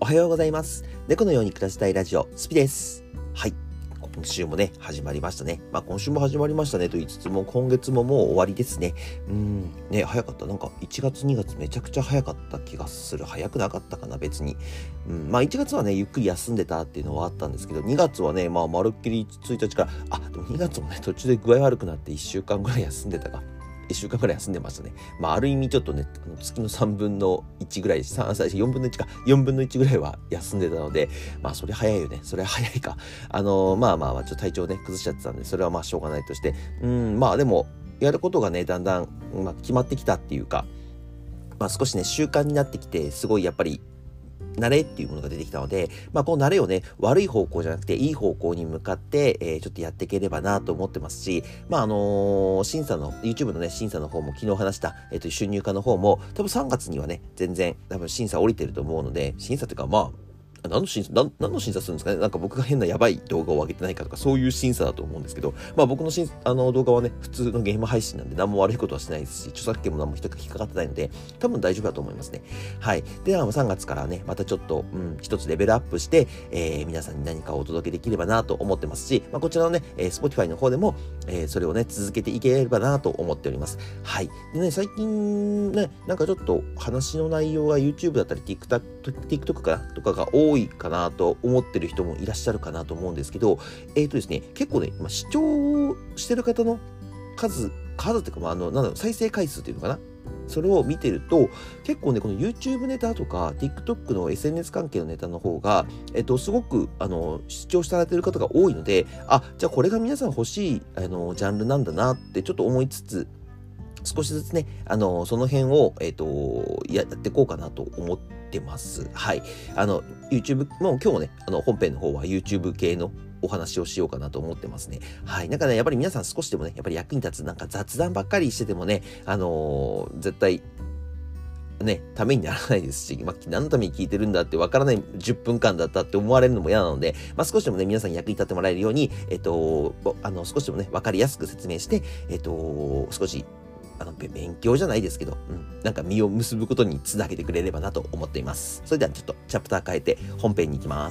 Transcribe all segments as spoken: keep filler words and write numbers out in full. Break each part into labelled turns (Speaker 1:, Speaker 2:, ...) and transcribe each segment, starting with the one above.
Speaker 1: おはようございます。猫のように暮らしたいラジオ、スピです。はい。今週もね、始まりましたね。まあ今週も始まりましたねと言いつつも、今月ももう終わりですね。うーん、ね、早かった。なんかいちがつにがつめちゃくちゃ早かった気がする。早くなかったかな、別に。うん、まあいちがつはね、ゆっくり休んでたっていうのはあったんですけど、にがつはね、まあまるっきりついたちから、あ、でもにがつもね、途中で具合悪くなっていっしゅうかんぐらい休んでたか。いっしゅうかんぐらい休んでましたね。まあ、ある意味ちょっとね、あの月のさんぶんのいちぐらい、さん、最初よんぶんのいちか、よんぶんのいちぐらいは休んでたので、まあ、それ早いよね。それ早いか。あのー、まあまあまあ、ちょっと体調ね、崩しちゃってたんで、それはまあ、しょうがないとして、うん、まあでも、やることがね、だんだん、まあ、決まってきたっていうか、まあ、少しね、習慣になってきて、すごいやっぱり、慣れっていうものが出てきたので、まあこの慣れをね、悪い方向じゃなくていい方向に向かって、えー、ちょっとやっていければなと思ってますし、まああのー、審査の、YouTube のね、審査の方も昨日話した、えっと、収入化の方も、多分さんがつにはね、全然、多分審査降りてると思うので、審査というかまあ、何の審査、何、何の審査するんですかね。なんか僕が変なやばい動画を上げてないかとか、そういう審査だと思うんですけど、まあ僕の審あの動画はね、普通のゲーム配信なんで何も悪いことはしないですし、著作権も何も引っかかってないので、多分大丈夫だと思いますね。はい。で、さんがつからね、またちょっと、うん、一つレベルアップして、えー、皆さんに何かをお届けできればなと思ってますし、まあこちらのね、えー、Spotify の方でも、えー、それをね、続けていければなと思っております。はい。でね、最近ね、なんかちょっと話の内容が YouTube だったり TikTok、TikTok かなとかが多いかなと思ってる人もいらっしゃるかなと思うんですけど、えーとですね、結構ね、今視聴してる方の数、数っていうか、まあ、あの、なんだろう、再生回数っていうのかな、それを見てると、結構ね、この YouTube ネタとか TikTok の エスエヌエス 関係のネタの方が、えっと、すごく、あの、視聴されてる方が多いので、あ、じゃあこれが皆さん欲しい、あの、ジャンルなんだなってちょっと思いつつ、少しずつね、あの、その辺を、えっと、やっていこうかなと思ってます。はい。あの、YouTube、もう今日もね、あの、本編の方は YouTube 系のお話をしようかなと思ってますね。はい。なんかね、やっぱり皆さん少しでもね、やっぱり役に立つ、なんか雑談ばっかりしててもね、あのー、絶対、ね、ためにならないですし、まあ、何のために聞いてるんだってわからないじゅっぷんかんだったって思われるのも嫌なので、まあ、少しでもね、皆さんに役に立ってもらえるように、えっと、あの、少しでもね、わかりやすく説明して、えっと、少し、あの、勉強じゃないですけど、うん、なんか実を結ぶことにつなげてくれればなと思っています。それではちょっとチャプター変えて本編に行きます。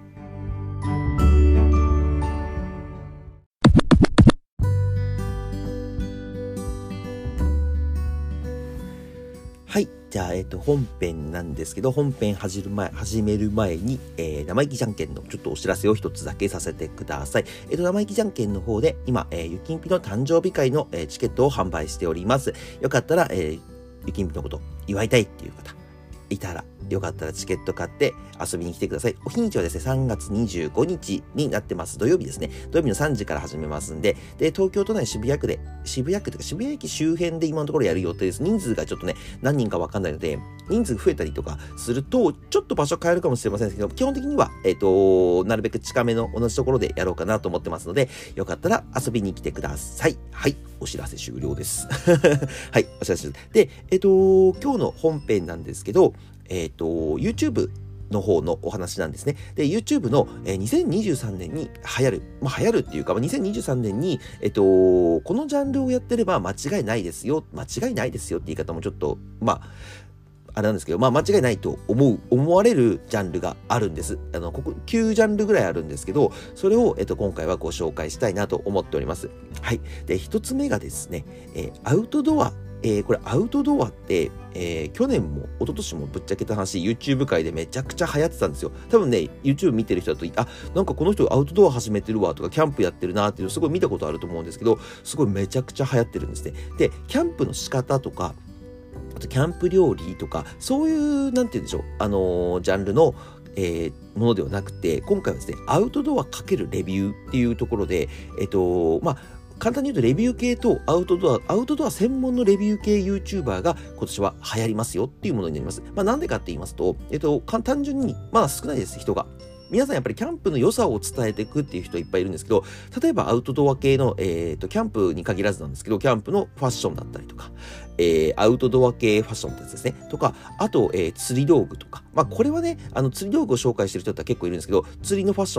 Speaker 1: はい。じゃあ、えっと、本編なんですけど、本編始める前、始める前に、えー、生意気じゃんけんのちょっとお知らせを一つだけさせてください。えっと、生意気じゃんけんの方で、今、えー、ゆきんぴの誕生日会の、えー、チケットを販売しております。よかったら、えー、ゆきんぴのこと祝いたいっていう方、いたら、よかったらチケット買って遊びに来てください。お日にちはですね、さんがつにじゅうごにちになってます。土曜日ですね。土曜日のさんじから始めますんで、で、東京都内渋谷区で、渋谷区というか渋谷駅周辺で今のところやる予定です。人数がちょっとね、何人かわかんないので、人数増えたりとかすると、ちょっと場所変えるかもしれませんけど、基本的には、えっと、なるべく近めの同じところでやろうかなと思ってますので、よかったら遊びに来てください。はい。お知らせ終了です。はい。お知らせです。で、えっと、今日の本編なんですけど、えっと、YouTube の方のお話なんですね。で、YouTube の、えー、にせんにじゅうさんねんに流行る。まあ、流行るっていうか、まあ、にせんにじゅうさんねんに、えっと、このジャンルをやってれば間違いないですよ。間違いないですよって言い方もちょっと、まあ、あれなんですけど、まあ間違いないと思う、思われるジャンルがあるんです。あの、ここきゅうジャンルぐらいあるんですけど、それを、えっと、今回はご紹介したいなと思っております。はい。で、一つ目がですね、えー、アウトドア。えー、これアウトドアって、えー、去年も一昨年もぶっちゃけた話 YouTube 界でめちゃくちゃ流行ってたんですよ。多分ね YouTube 見てる人だと、あ、なんかこの人アウトドア始めてるわとかキャンプやってるなっていうのすごい見たことあると思うんですけど、すごいめちゃくちゃ流行ってるんですね。で、キャンプの仕方とか、あとキャンプ料理とか、そういうなんて言うんでしょう、あのー、ジャンルのえー、ものではなくて、今回はですね、アウトドア×レビューっていうところで、えっと、まあ、簡単に言うとレビュー系とアウトドア、アウトドア専門のレビュー系 YouTuber が今年は流行りますよっていうものになります。まあなんでかって言いますと、えっと、単純にまだ少ないです、人が。皆さんやっぱりキャンプの良さを伝えていくっていう人いっぱいいるんですけど、例えばアウトドア系の、えっと、キャンプに限らずなんですけど、キャンプのファッションだったりとか、えー、アウトドア系ファッションってやつですね。とか、あと、えー、釣り道具とか。まあこれはね、あの釣り道具を紹介してる人って結構いるんですけど、釣りのファッション、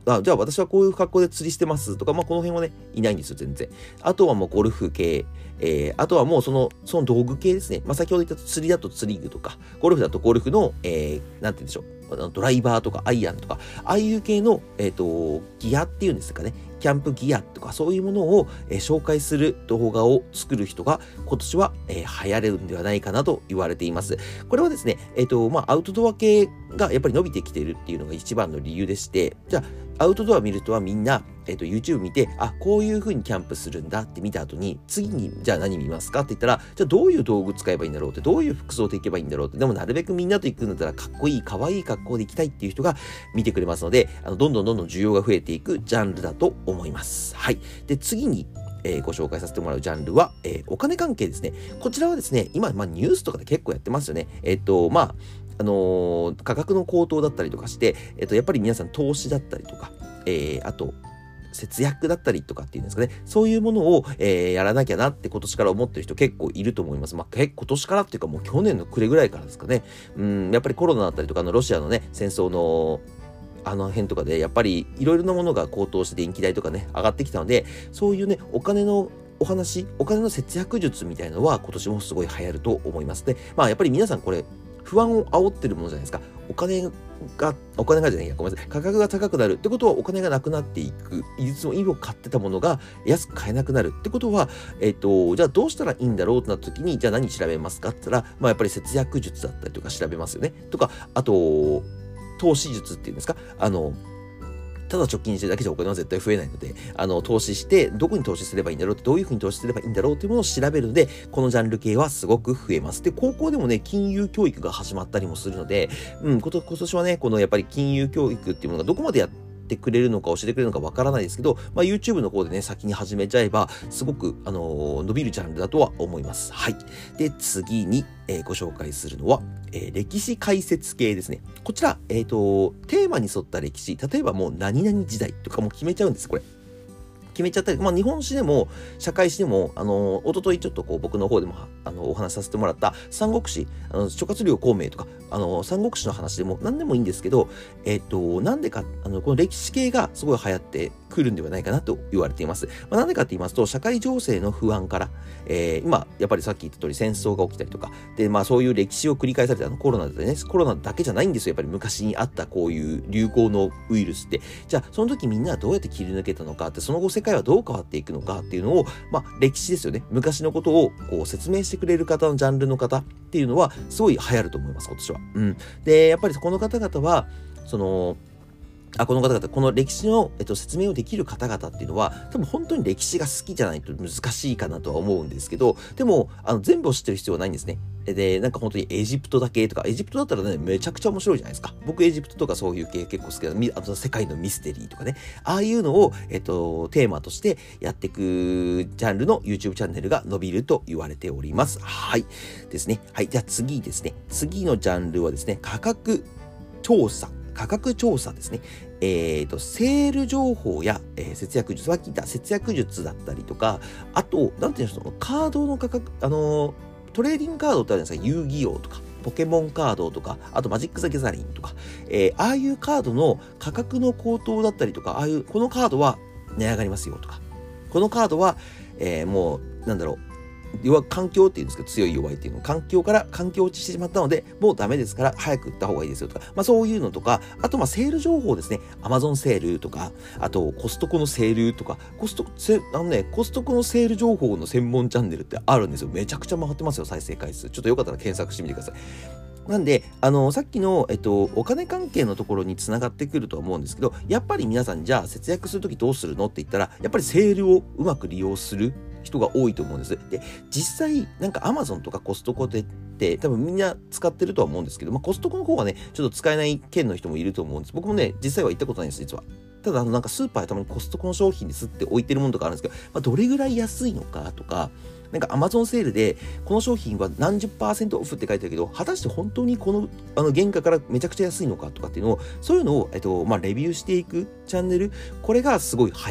Speaker 1: あ、じゃあ私はこういう格好で釣りしてますとか、まあこの辺はね、いないんですよ、全然。あとはもうゴルフ系、えー、あとはもうその、その道具系ですね。まあ先ほど言った釣りだと釣り具とか、ゴルフだとゴルフの、えー、なんて言うんでしょう、ドライバーとかアイアンとか、ああいう系の、えっと、ギアっていうんですかね、キャンプギアとかそういうものを、えー、紹介する動画を作る人が今年は、えー、流行れるんではないかなと言われています。これはですね、えっと、まあアウトドア系がやっぱり伸びてきているっていうのが一番の理由でして、じゃあアウトドア見る人はみんな、えっと、YouTube 見て、あ、こういう風にキャンプするんだって見た後に、次に、じゃあ何見ますかって言ったら、じゃあどういう道具使えばいいんだろうって、どういう服装で行けばいいんだろうって、でもなるべくみんなと行くんだったら、かっこいい、かわいい格好で行きたいっていう人が見てくれますので、あの、どんどんどんどん需要が増えていくジャンルだと思います。はい。で、次に、えー、ご紹介させてもらうジャンルは、えー、お金関係ですね。こちらはですね、今、まあ、ニュースとかで結構やってますよね。えっと、まあ、あのー、価格の高騰だったりとかして、えっと、やっぱり皆さん投資だったりとか、えー、あと、節約だったりとかっていうんですかね。そういうものを、えー、やらなきゃなって今年から思ってる人結構いると思います。まあ、結構今年からっていうかもう去年の暮れぐらいからですかね。うん、やっぱりコロナだったりとか、あの、ロシアのね、戦争の、あの辺とかで、やっぱりいろいろなものが高騰して電気代とかね、上がってきたので、そういうね、お金のお話、お金の節約術みたいなのは今年もすごい流行ると思いますね。まあ、やっぱり皆さんこれ、不安を煽ってるものじゃないですか。お金が、お金がじゃないや、ごめんなさい。価格が高くなるってことはお金がなくなっていく。いつも今買ってたものが安く買えなくなるってことは、えっと、じゃあどうしたらいいんだろうってなった時に、じゃあ何調べますかって言ったら、まあやっぱり節約術だったりとか調べますよね。とか、あと、投資術っていうんですか。あの、ただ貯金してるだけじゃお金は絶対増えないので、あの、投資して、どこに投資すればいいんだろうって、どういうふうに投資すればいいんだろうっていうものを調べるので、このジャンル系はすごく増えます。で、高校でもね、金融教育が始まったりもするので、うん、こと今年はね、このやっぱり金融教育っていうものがどこまでやってってくれるのか教えてくれるのかわからないですけど、まあ、YouTube の方でね、先に始めちゃえば、すごく、あのー、伸びるジャンルだとは思います。はい。で、次に、えー、ご紹介するのは、えー、歴史解説系ですね。こちら、えっと、テーマに沿った歴史、例えばもう何々時代とかも決めちゃうんです、これ。決めちゃったり、まあ、日本史でも社会史でも、あの、一昨日ちょっとこう僕の方でもあのお話しさせてもらった三国志、あの諸葛亮孔明とか、あの、三国志の話でも何でもいいんですけど、えっと、なんでか、あの、この歴史系がすごい流行ってくるんではないかなと言われています。まあ、なんでかって言いますと、社会情勢の不安から、えー、今、やっぱりさっき言った通り戦争が起きたりとか、で、まあそういう歴史を繰り返されて、あのコロナでね、コロナだけじゃないんですよ。やっぱり昔にあったこういう流行のウイルスって。じゃあ、その時みんなはどうやって切り抜けたのかって、その後世界はどう変わっていくのかっていうのを、まあ歴史ですよね。昔のことをこう説明してくれる方のジャンルの方っていうのは、すごい流行ると思います、今年は。うん。で、やっぱりこの方々は、その、あ、この方々、この歴史の、えっと、説明をできる方々っていうのは、多分本当に歴史が好きじゃないと難しいかなとは思うんですけど、でも、あの、全部を知ってる必要はないんですね。で、なんか本当にエジプトだけとか、エジプトだったらね、めちゃくちゃ面白いじゃないですか。僕エジプトとかそういう系結構好きな、あと世界のミステリーとかね、ああいうのを、えっと、テーマとしてやっていくジャンルの YouTube チャンネルが伸びると言われております。はい。ですね。はい。じゃあ次ですね。次のジャンルはですね、価格調査。価格調査ですね。えっと、セール情報や、えー、節約術、さっき言った節約術だったりとか、あと、なんていうんですか、カードの価格、あのー、トレーディングカードってあるじゃないですか、遊戯王とか、ポケモンカードとか、あとマジック・ザ・ギャザリンとか、えー、ああいうカードの価格の高騰だったりとか、ああいう、このカードは値上がりますよとか、このカードは、えー、もう、なんだろう、要は環境っていうんですけど、強い弱いっていうのを環境から環境落ちしてしまったので、もうダメですから早く売った方がいいですよとか、まあそういうのとか、あとまあセール情報ですね。アマゾンセールとか、あとコストコのセールとか、コストコ、あのね、コストコのセール情報の専門チャンネルってあるんですよ。めちゃくちゃ回ってますよ、再生回数。ちょっとよかったら検索してみてください。なんで、あの、さっきの、えっと、お金関係のところに繋がってくるとは思うんですけど、やっぱり皆さん、じゃあ節約するときどうするのって言ったら、やっぱりセールをうまく利用する人が多いと思うんです。で、実際、なんか Amazon とかコストコでって多分みんな使ってるとは思うんですけど、まあコストコの方がね、ちょっと使えない県の人もいると思うんです。僕もね、実際は行ったことないんです、実は。ただ、あの、なんかスーパーでたまにコストコの商品ですって置いてるものとかあるんですけど、まあ、どれぐらい安いのかとか、なんか Amazon セールで、この商品は何十パーセントオフって書いてあるけど、果たして本当にこの、あの、原価からめちゃくちゃ安いのかとかっていうのを、そういうのを、えっと、まあ、レビューしていくチャンネル、これがすごい流行る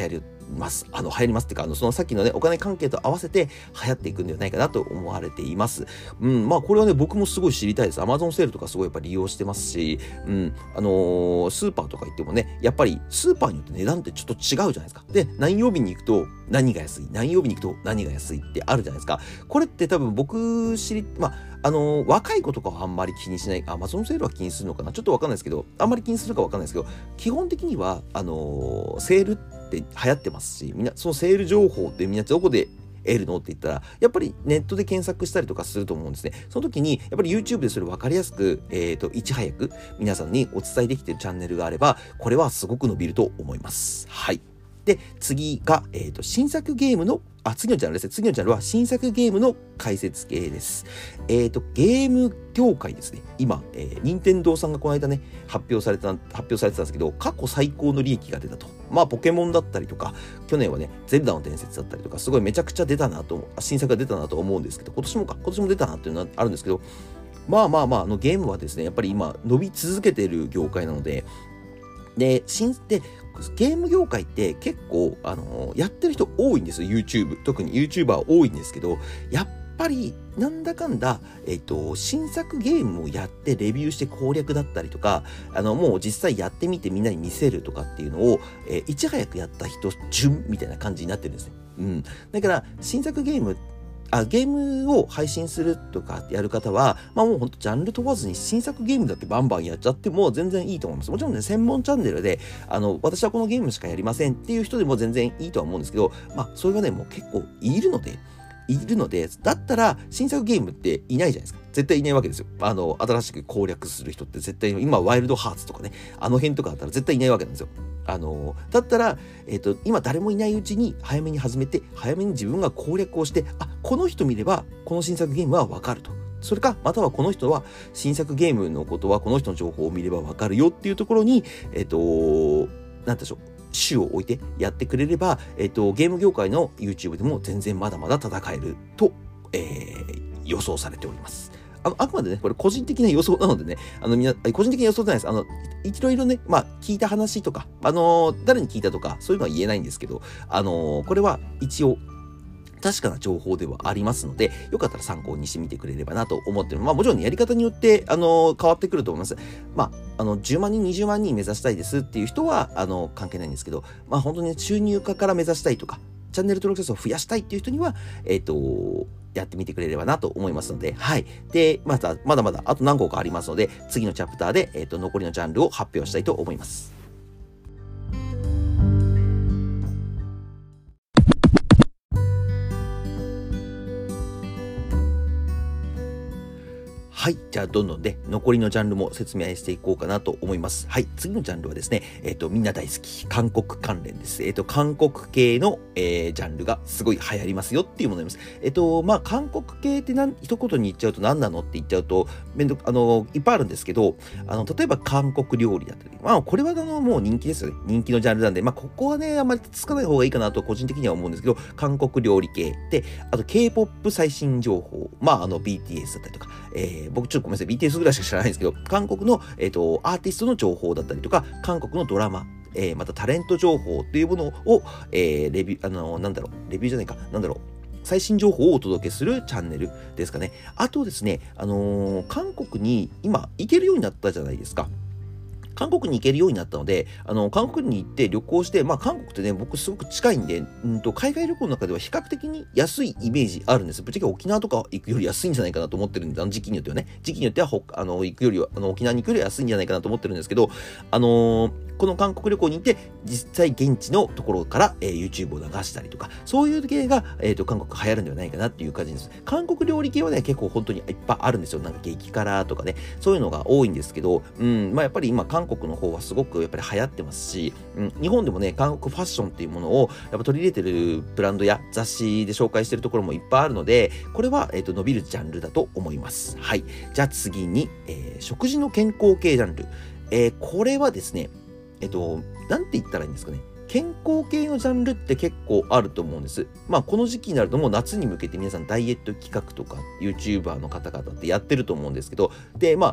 Speaker 1: ます。あの、流行りますっていうか、あの、そのさっきのね、お金関係と合わせて流行っていくんではないかなと思われています。うん、まあ、これはね、僕もすごい知りたいです。Amazon セールとかすごいやっぱり利用してますし、うん、あのー、スーパーとか行ってもね、やっぱりスーパーによって値段ってちょっと違うじゃないですか。で、何曜日に行くと何が安い、何曜日に行くと何が安いってあるじゃないですか。これって多分僕知り、まあ、あのー、若い子とかはあんまり気にしない、Amazon セールは気にするのかな、ちょっとわかんないですけど、あんまり気にするかわかんないですけど、基本的には、あのー、セールって流行ってますし、みんな、そのセール情報ってみんなどこで得るのって言ったら、やっぱりネットで検索したりとかすると思うんですね。その時に、やっぱり YouTube でそれ分かりやすく、えっと、いち早く皆さんにお伝えできているチャンネルがあれば、これはすごく伸びると思います。はい。で、次が、えっと、新作ゲームの、あ、次のチャンネルですね。次のチャンネルは新作ゲームの解説系です。えっと、ゲーム業界ですね。今、えー、任天堂さんがこの間ね、発表された、発表されてたんですけど、過去最高の利益が出たと。まあ、ポケモンだったりとか、去年はね、ゼルダの伝説だったりとか、すごいめちゃくちゃ出たなと、新作が出たなと思うんですけど、今年もか、今年も出たなっていうのはあるんですけど、まあまあまあ、あのゲームはですね、やっぱり今、伸び続けている業界なので、で、新、で、ゲーム業界って結構、あのー、やってる人多いんですよ、YouTube。特に YouTuber 多いんですけど、やっぱり、なんだかんだ、えっと、新作ゲームをやってレビューして攻略だったりとか、あの、もう実際やってみてみんなに見せるとかっていうのを、えー、いち早くやった人順みたいな感じになってるんですね。うん。だから、新作ゲームあ、ゲームを配信するとかやる方は、まあもうほんとジャンル問わずに新作ゲームだけバンバンやっちゃっても全然いいと思います。もちろんね、専門チャンネルで、あの、私はこのゲームしかやりませんっていう人でも全然いいとは思うんですけど、まあそれがね、もう結構いるので、いるので、だったら新作ゲームっていないじゃないですか。絶対いないわけですよ。あの、新しく攻略する人って絶対、今ワイルドハーツとかね、あの辺とかだったら絶対いないわけなんですよ。あの、だったら、えっと、今誰もいないうちに早めに始めて、早めに自分が攻略をして、あ、この人見れば、この新作ゲームはわかると。それか、またはこの人は、新作ゲームのことはこの人の情報を見ればわかるよっていうところに、えっと、なんでしょう。種を置いてやってくれれば、えっと、ゲーム業界の YouTube でも全然まだまだ戦えると、えー、予想されております。あの、あくまでね、これ個人的な予想なのでね、あの、みんな、個人的な予想じゃないです。あの、いろいろね、まあ、聞いた話とか、あのー、誰に聞いたとか、そういうのは言えないんですけど、あのー、これは一応、確かな情報ではありますので、よかったら参考にしてみてくれればなと思ってる。まあもちろん、ね、やり方によって、あのー、変わってくると思います。まあ、あの、じゅうまんにん、にじゅうまんにん目指したいですっていう人は、あの、関係ないんですけど、まあ本当に、ね、収入化から目指したいとか、チャンネル登録者数を増やしたいっていう人には、えっと、やってみてくれればなと思いますので、はい。で、また、まだまだ、あと何個かありますので、次のチャプターで、えっと、残りのジャンルを発表したいと思います。はい。じゃあ、どんどんで、残りのジャンルも説明していこうかなと思います。はい。次のジャンルはですね、えっと、みんな大好き、韓国関連です。えっと、韓国系の、えー、ジャンルがすごい流行りますよっていうものになります。えっと、まあ、韓国系ってなん、一言に言っちゃうと何なのって言っちゃうと、めんどあの、いっぱいあるんですけど、あの、例えば韓国料理だったり、まあ、これはあの、もう人気ですよね。人気のジャンルなんで、まあ、ここはね、あんまりつかない方がいいかなと個人的には思うんですけど、韓国料理系で、あと K-ポップ 最新情報、まあ、あの、ビーティーエス だったりとか、えー、僕ちょっとごめんなさい、ビーティーエス ぐらいしか知らないんですけど、韓国の、えっと、アーティストの情報だったりとか、韓国のドラマ、えー、またタレント情報っていうものを、えー、レビュー、あの、なんだろう、レビューじゃないか、なんだろう、最新情報をお届けするチャンネルですかね。あとですね、あのー、韓国に今行けるようになったじゃないですか。韓国に行けるようになったので、あの、韓国に行って旅行して、まあ韓国ってね、僕すごく近いんで、うんと、海外旅行の中では比較的に安いイメージあるんです。ぶっちゃけ沖縄とか行くより安いんじゃないかなと思ってるんで、あの時期によってはね、時期によっては、あの、行くよりは、あの、沖縄に行くより安いんじゃないかなと思ってるんですけど、あのー、この韓国旅行に行って、実際現地のところから、えー、YouTube を流したりとか、そういう系が、えっと、韓国流行るんではないかなっていう感じです。韓国料理系はね、結構本当にいっぱいあるんですよ。なんか激辛とかね、そういうのが多いんですけど、うん、まあやっぱり今韓国の方はすごくやっぱり流行ってますし、うん、日本でもね、韓国ファッションっていうものをやっぱ取り入れてるブランドや雑誌で紹介してるところもいっぱいあるので、これは、えっと、伸びるジャンルだと思います。はい。じゃあ次に、えー、食事の健康系ジャンル。えー、これはですね、えっと、なんて言ったらいいんですかね。健康系のジャンルって結構あると思うんです。まあ、この時期になるともう夏に向けて皆さんダイエット企画とか YouTuber の方々ってやってると思うんですけど、で、まあ、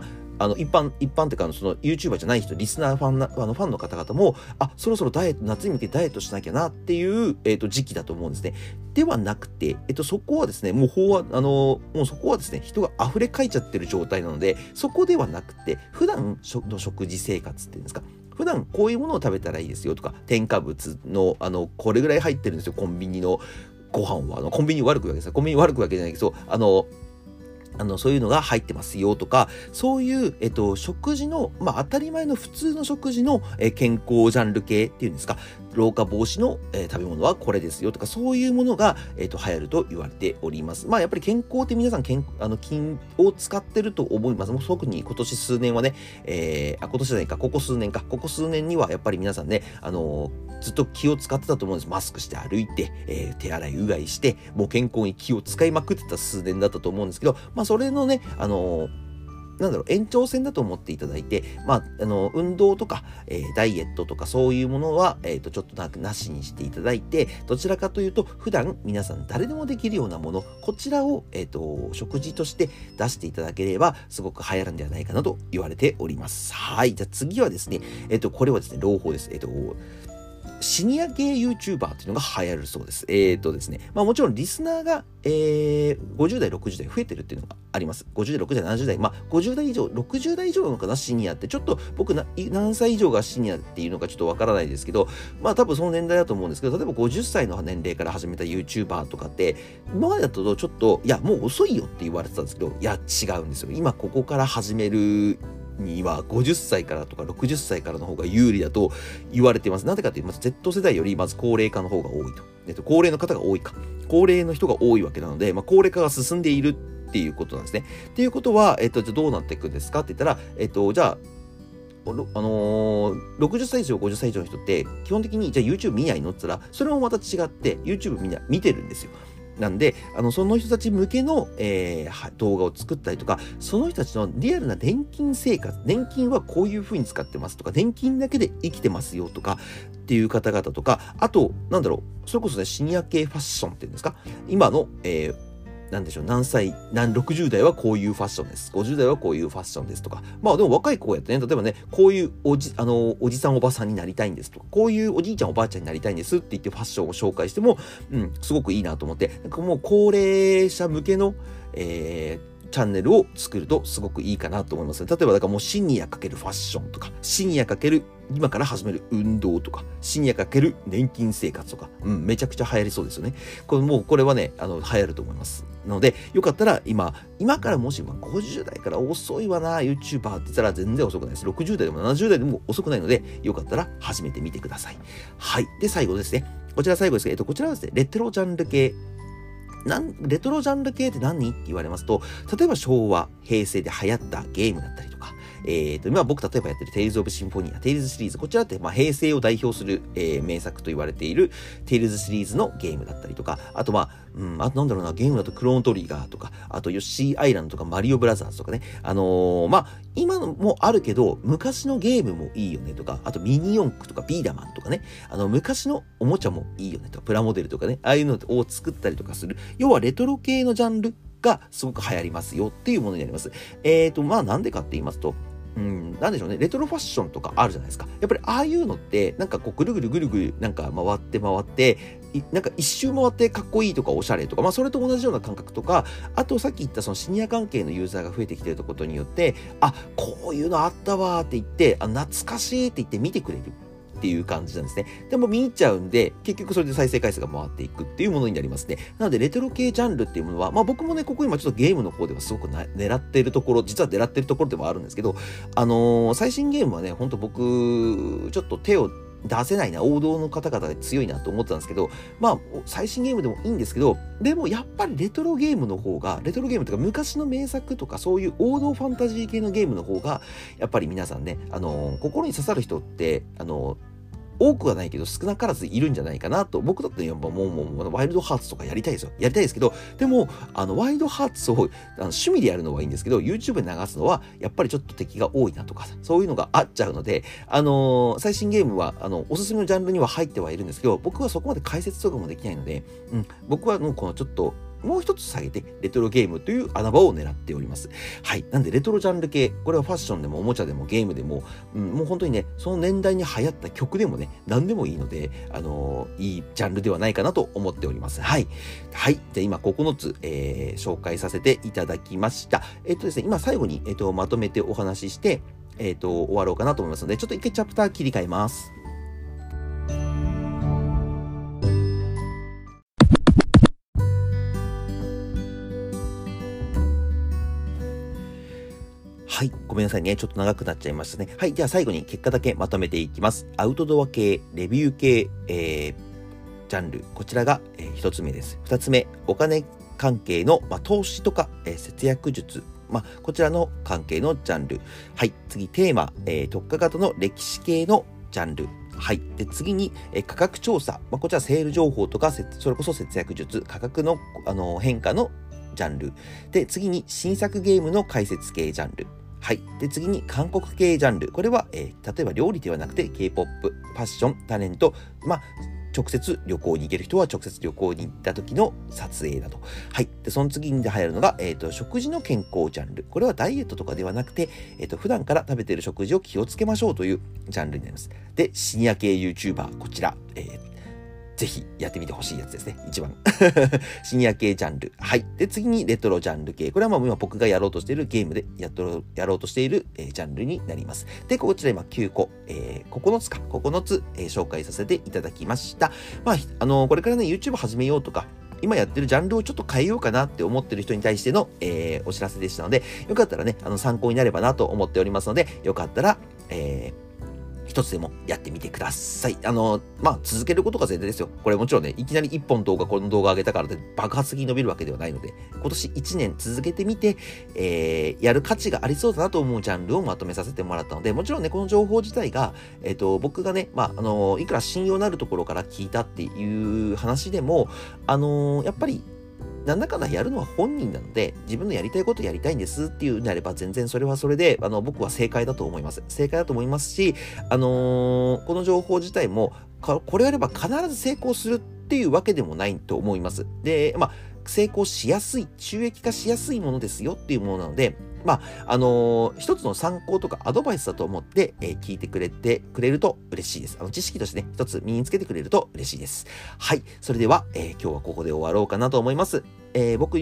Speaker 1: あの、一般、一般っていうか、その YouTuber じゃない人、リスナーファンな、あの、ファンの方々も、あ、そろそろダイエット、夏に向けてダイエットしなきゃなっていう、えっと、時期だと思うんですね。ではなくて、えっと、そこはですね、もう飽和、あの、もうそこはですね、人が溢れかいちゃってる状態なので、そこではなくて、普段の食事生活っていうんですか、普段こういうものを食べたらいいですよとか、添加物の、あの、これぐらい入ってるんですよ、コンビニのご飯は。あの、コンビニ悪く言うわけですよ。コンビニ悪く言うわけじゃないけど、あの、あの、そういうのが入ってますよとか、そういう、えっと、食事の、まあ、当たり前の普通の食事の、えー、健康ジャンル系っていうんですか、老化防止の、えー、食べ物はこれですよとか、そういうものが、えっと、流行ると言われております。まあ、やっぱり健康って皆さん、健あの、筋を使ってると思います。もう特に今年数年はね、えー、あ、今年じゃないか、ここ数年か、ここ数年にはやっぱり皆さんね、あのー、ずっと気を使ってたと思うんです。マスクして歩いて、えー、手洗いうがいして、もう健康に気を使いまくってた数年だったと思うんですけど、まあ、それのね、あのー、なんだろう、延長線だと思っていただいて、まあ、あの、運動とか、えー、ダイエットとかそういうものは、えっと、ちょっとなくなしにしていただいて、どちらかというと、普段皆さん誰でもできるようなもの、こちらを、えっと、食事として出していただければ、すごく流行るんではないかなと言われております。はい。じゃあ次はですね、えっと、これはですね、朗報です。えっと、シニア系 YouTuber っていうのが流行るそうです。えーとですね、まあもちろんリスナーが、えー、ごじゅう代、ろくじゅう代増えてるっていうのがあります。ごじゅう代、ろくじゅう代、ななじゅう代、まあごじゅう代以上、ろくじゅう代以上なのかな、シニアって。ちょっと僕な、何歳以上がシニアっていうのかちょっとわからないですけど、まあ多分その年代だと思うんですけど、例えばごじゅっさいの年齢から始めた YouTuber とかって、今までだとちょっと、いや、もう遅いよって言われてたんですけど、いや、違うんですよ。今ここから始めるにはごじゅっさいからとかろくじゅっさいからの方が有利だと言われています。なぜかというと、まず Z 世代よりまず高齢化の方が多いと。えっと、高齢の方が多いか。高齢の人が多いわけなので、まあ、高齢化が進んでいるっていうことなんですね。っていうことは、えっと、じゃあどうなっていくんですかって言ったら、えっと、じゃあ、あのー、ろくじゅっさい以上、ごじゅっさい以上の人って、基本的に、じゃあ YouTube 見ないのって言ったら、それもまた違って、YouTube みんな見てるんですよ。なんで、あの、その人たち向けの、えー、動画を作ったりとか、その人たちのリアルな年金生活、年金はこういう風に使ってますとか、年金だけで生きてますよとか、っていう方々とか、あと、なんだろう、それこそね、シニア系ファッションっていうんですか、今の、えーなんでしょう、何歳、何、ろくじゅう代はこういうファッションです。ごじゅう代はこういうファッションですとか。まあでも若い子やってね、例えばね、こういうおじ、あの、おじさんおばさんになりたいんですとか、こういうおじいちゃんおばあちゃんになりたいんですって言ってファッションを紹介しても、うん、すごくいいなと思って、なんかもう高齢者向けの、えー、チャンネルを作るとすごくいいかなと思いますね。例えばだからもうシニアかけるファッションとか、シニアかける今から始める運動とか、シニアかける年金生活とか、うん、めちゃくちゃ流行りそうですよね。これもうこれはね、あの、流行ると思います。なので、よかったら今、今からもしごじゅう代から遅いわな、YouTuber って言ったら全然遅くないです。ろくじゅう代でもななじゅう代でも遅くないので、よかったら始めてみてください。はい。で、最後ですね。こちら最後ですけど、えっと、こちらはですね、レトロジャンル系。なんレトロジャンル系って何って言われますと、例えば昭和、平成で流行ったゲームだったりとか、えっと、今僕例えばやってる Tales of Symphonia、Tales シリーズ、こちらってまあ平成を代表する、えー、名作と言われている Tales シリーズのゲームだったりとか、あとまあ、うん、あとなんだろうな、ゲームだとクローントリガーとか、あとヨッシーアイランドとかマリオブラザーズとかね、あのー、まあ、今のもあるけど、昔のゲームもいいよねとか、あとミニ四駆とかビーダマンとかね、あの、昔のおもちゃもいいよねとか、プラモデルとかね、ああいうのを作ったりとかする、要はレトロ系のジャンルがすごく流行りますよっていうものになります。えーと、まあなんでかって言いますと、うん、なんでしょうね。レトロファッションとかあるじゃないですか。やっぱりああいうのって、なんかこうぐるぐるぐるぐるなんか回って回って、なんか一周回ってかっこいいとかおしゃれとか、まあそれと同じような感覚とか、あとさっき言ったそのシニア関係のユーザーが増えてきてることによって、あ、こういうのあったわーって言って、あ、懐かしいって言って見てくれる。っていう感じなんですね。でも見入っちゃうんで、結局それで再生回数が回っていくっていうものになりますね。なので、レトロ系ジャンルっていうものは、まあ僕もね、ここ今ちょっとゲームの方ではすごくな狙っているところ、実は狙っているところでもあるんですけど、あのー、最新ゲームはね、ほんと僕、ちょっと手を出せないな、王道の方々で強いなと思ってたんですけど、まあ、最新ゲームでもいいんですけど、でもやっぱりレトロゲームの方が、レトロゲームとか昔の名作とかそういう王道ファンタジー系のゲームの方が、やっぱり皆さんね、あのー、心に刺さる人って、あのー、多くはないけど少なからずいるんじゃないかなと。僕だってやっぱもうもうもうワイルドハーツとかやりたいですよ。やりたいですけど、でも、あの、ワイルドハーツをあの趣味でやるのはいいんですけど、YouTube で流すのはやっぱりちょっと敵が多いなとか、そういうのがあっちゃうので、あのー、最新ゲームは、あの、おすすめのジャンルには入ってはいるんですけど、僕はそこまで解説とかもできないので、うん、僕はもうこのちょっと、 もう一つ下げて、レトロゲームという穴場を狙っております。はい。なんで、レトロジャンル系、これはファッションでもおもちゃでもゲームでも、うん、もう本当にね、その年代に流行った曲でもね、何でもいいので、あのー、いいジャンルではないかなと思っております。はい。はい。じゃあ今ここのつ、えー、紹介させていただきました。えっとですね、今最後に、えっと、まとめてお話しして、えっと、終わろうかなと思いますので、ちょっと一回チャプター切り替えます。はい。ごめんなさいね。ちょっと長くなっちゃいましたね。はい。じゃあ最後に結果だけまとめていきます。アウトドア系、レビュー系、えー、ジャンル。こちらが、えー、一つ目です。二つ目、お金関係の、まあ、投資とか、えー、節約術。まあ、こちらの関係のジャンル。はい。次、テーマ、えー、特化型の歴史系のジャンル。はい。で、次に、えー、価格調査。まあ、こちらセール情報とか、それこそ節約術、価格の、あのー、変化のジャンル。で、次に新作ゲームの解説系ジャンル。はい。で、次に韓国系ジャンル。これは、えー、例えば料理ではなくて K-ポップ、ファッション、タレント、まあ、直接旅行に行ける人は直接旅行に行った時の撮影だと。はい。で、その次に流行るのが、えっと、食事の健康ジャンル。これはダイエットとかではなくて、えっと、普段から食べている食事を気をつけましょうというジャンルになります。で、シニア系 YouTuber、こちら、えーぜひやってみてほしいやつですね。一番。シニア系ジャンル。はい。で、次にレトロジャンル系。これはまあ今僕がやろうとしているゲームでやっとやろうとしている、えー、ジャンルになります。で、こちら今きゅうこ、えー、ここのつか、ここのつ、えー、紹介させていただきました。まあ、あのー、これからね、YouTube 始めようとか、今やってるジャンルをちょっと変えようかなって思ってる人に対しての、えー、お知らせでしたので、よかったらね、あの、参考になればなと思っておりますので、よかったら、えー、一つでもやってみてください。あの、まあ、続けることが前提ですよ。これもちろんね、いきなり一本動画、この動画上げたからで爆発的に伸びるわけではないので、今年一年続けてみて、えー、やる価値がありそうだなと思うジャンルをまとめさせてもらったので、もちろんね、この情報自体が、えっと、僕がね、まあ、あの、いくら信用のあるところから聞いたっていう話でも、あの、やっぱり、なんだかんだやるのは本人なので、自分のやりたいことやりたいんですっていうのであれば、全然それはそれで、あの、僕は正解だと思います。正解だと思いますし、あのー、この情報自体も、これやれば必ず成功するっていうわけでもないと思います。で、まあ、成功しやすい、収益化しやすいものですよっていうものなので、まあ、あのー、一つの参考とかアドバイスだと思って、えー、聞いてくれてくれると嬉しいです。あの、知識としてね、一つ身につけてくれると嬉しいです。はい。それでは、えー、今日はここで終わろうかなと思います。えー、僕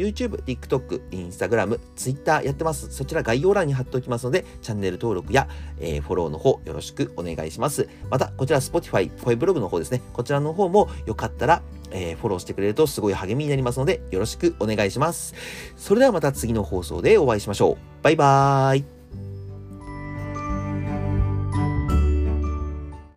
Speaker 1: YouTube、TikTok、Instagram、Twitter やってます。そちら概要欄に貼っておきますので、チャンネル登録や、えー、フォローの方よろしくお願いします。また、こちら Spotify、声ブログの方ですね。こちらの方もよかったら、えー、フォローしてくれるとすごい励みになりますので、よろしくお願いします。それではまた次の放送でお会いしましょう。バイバーイ。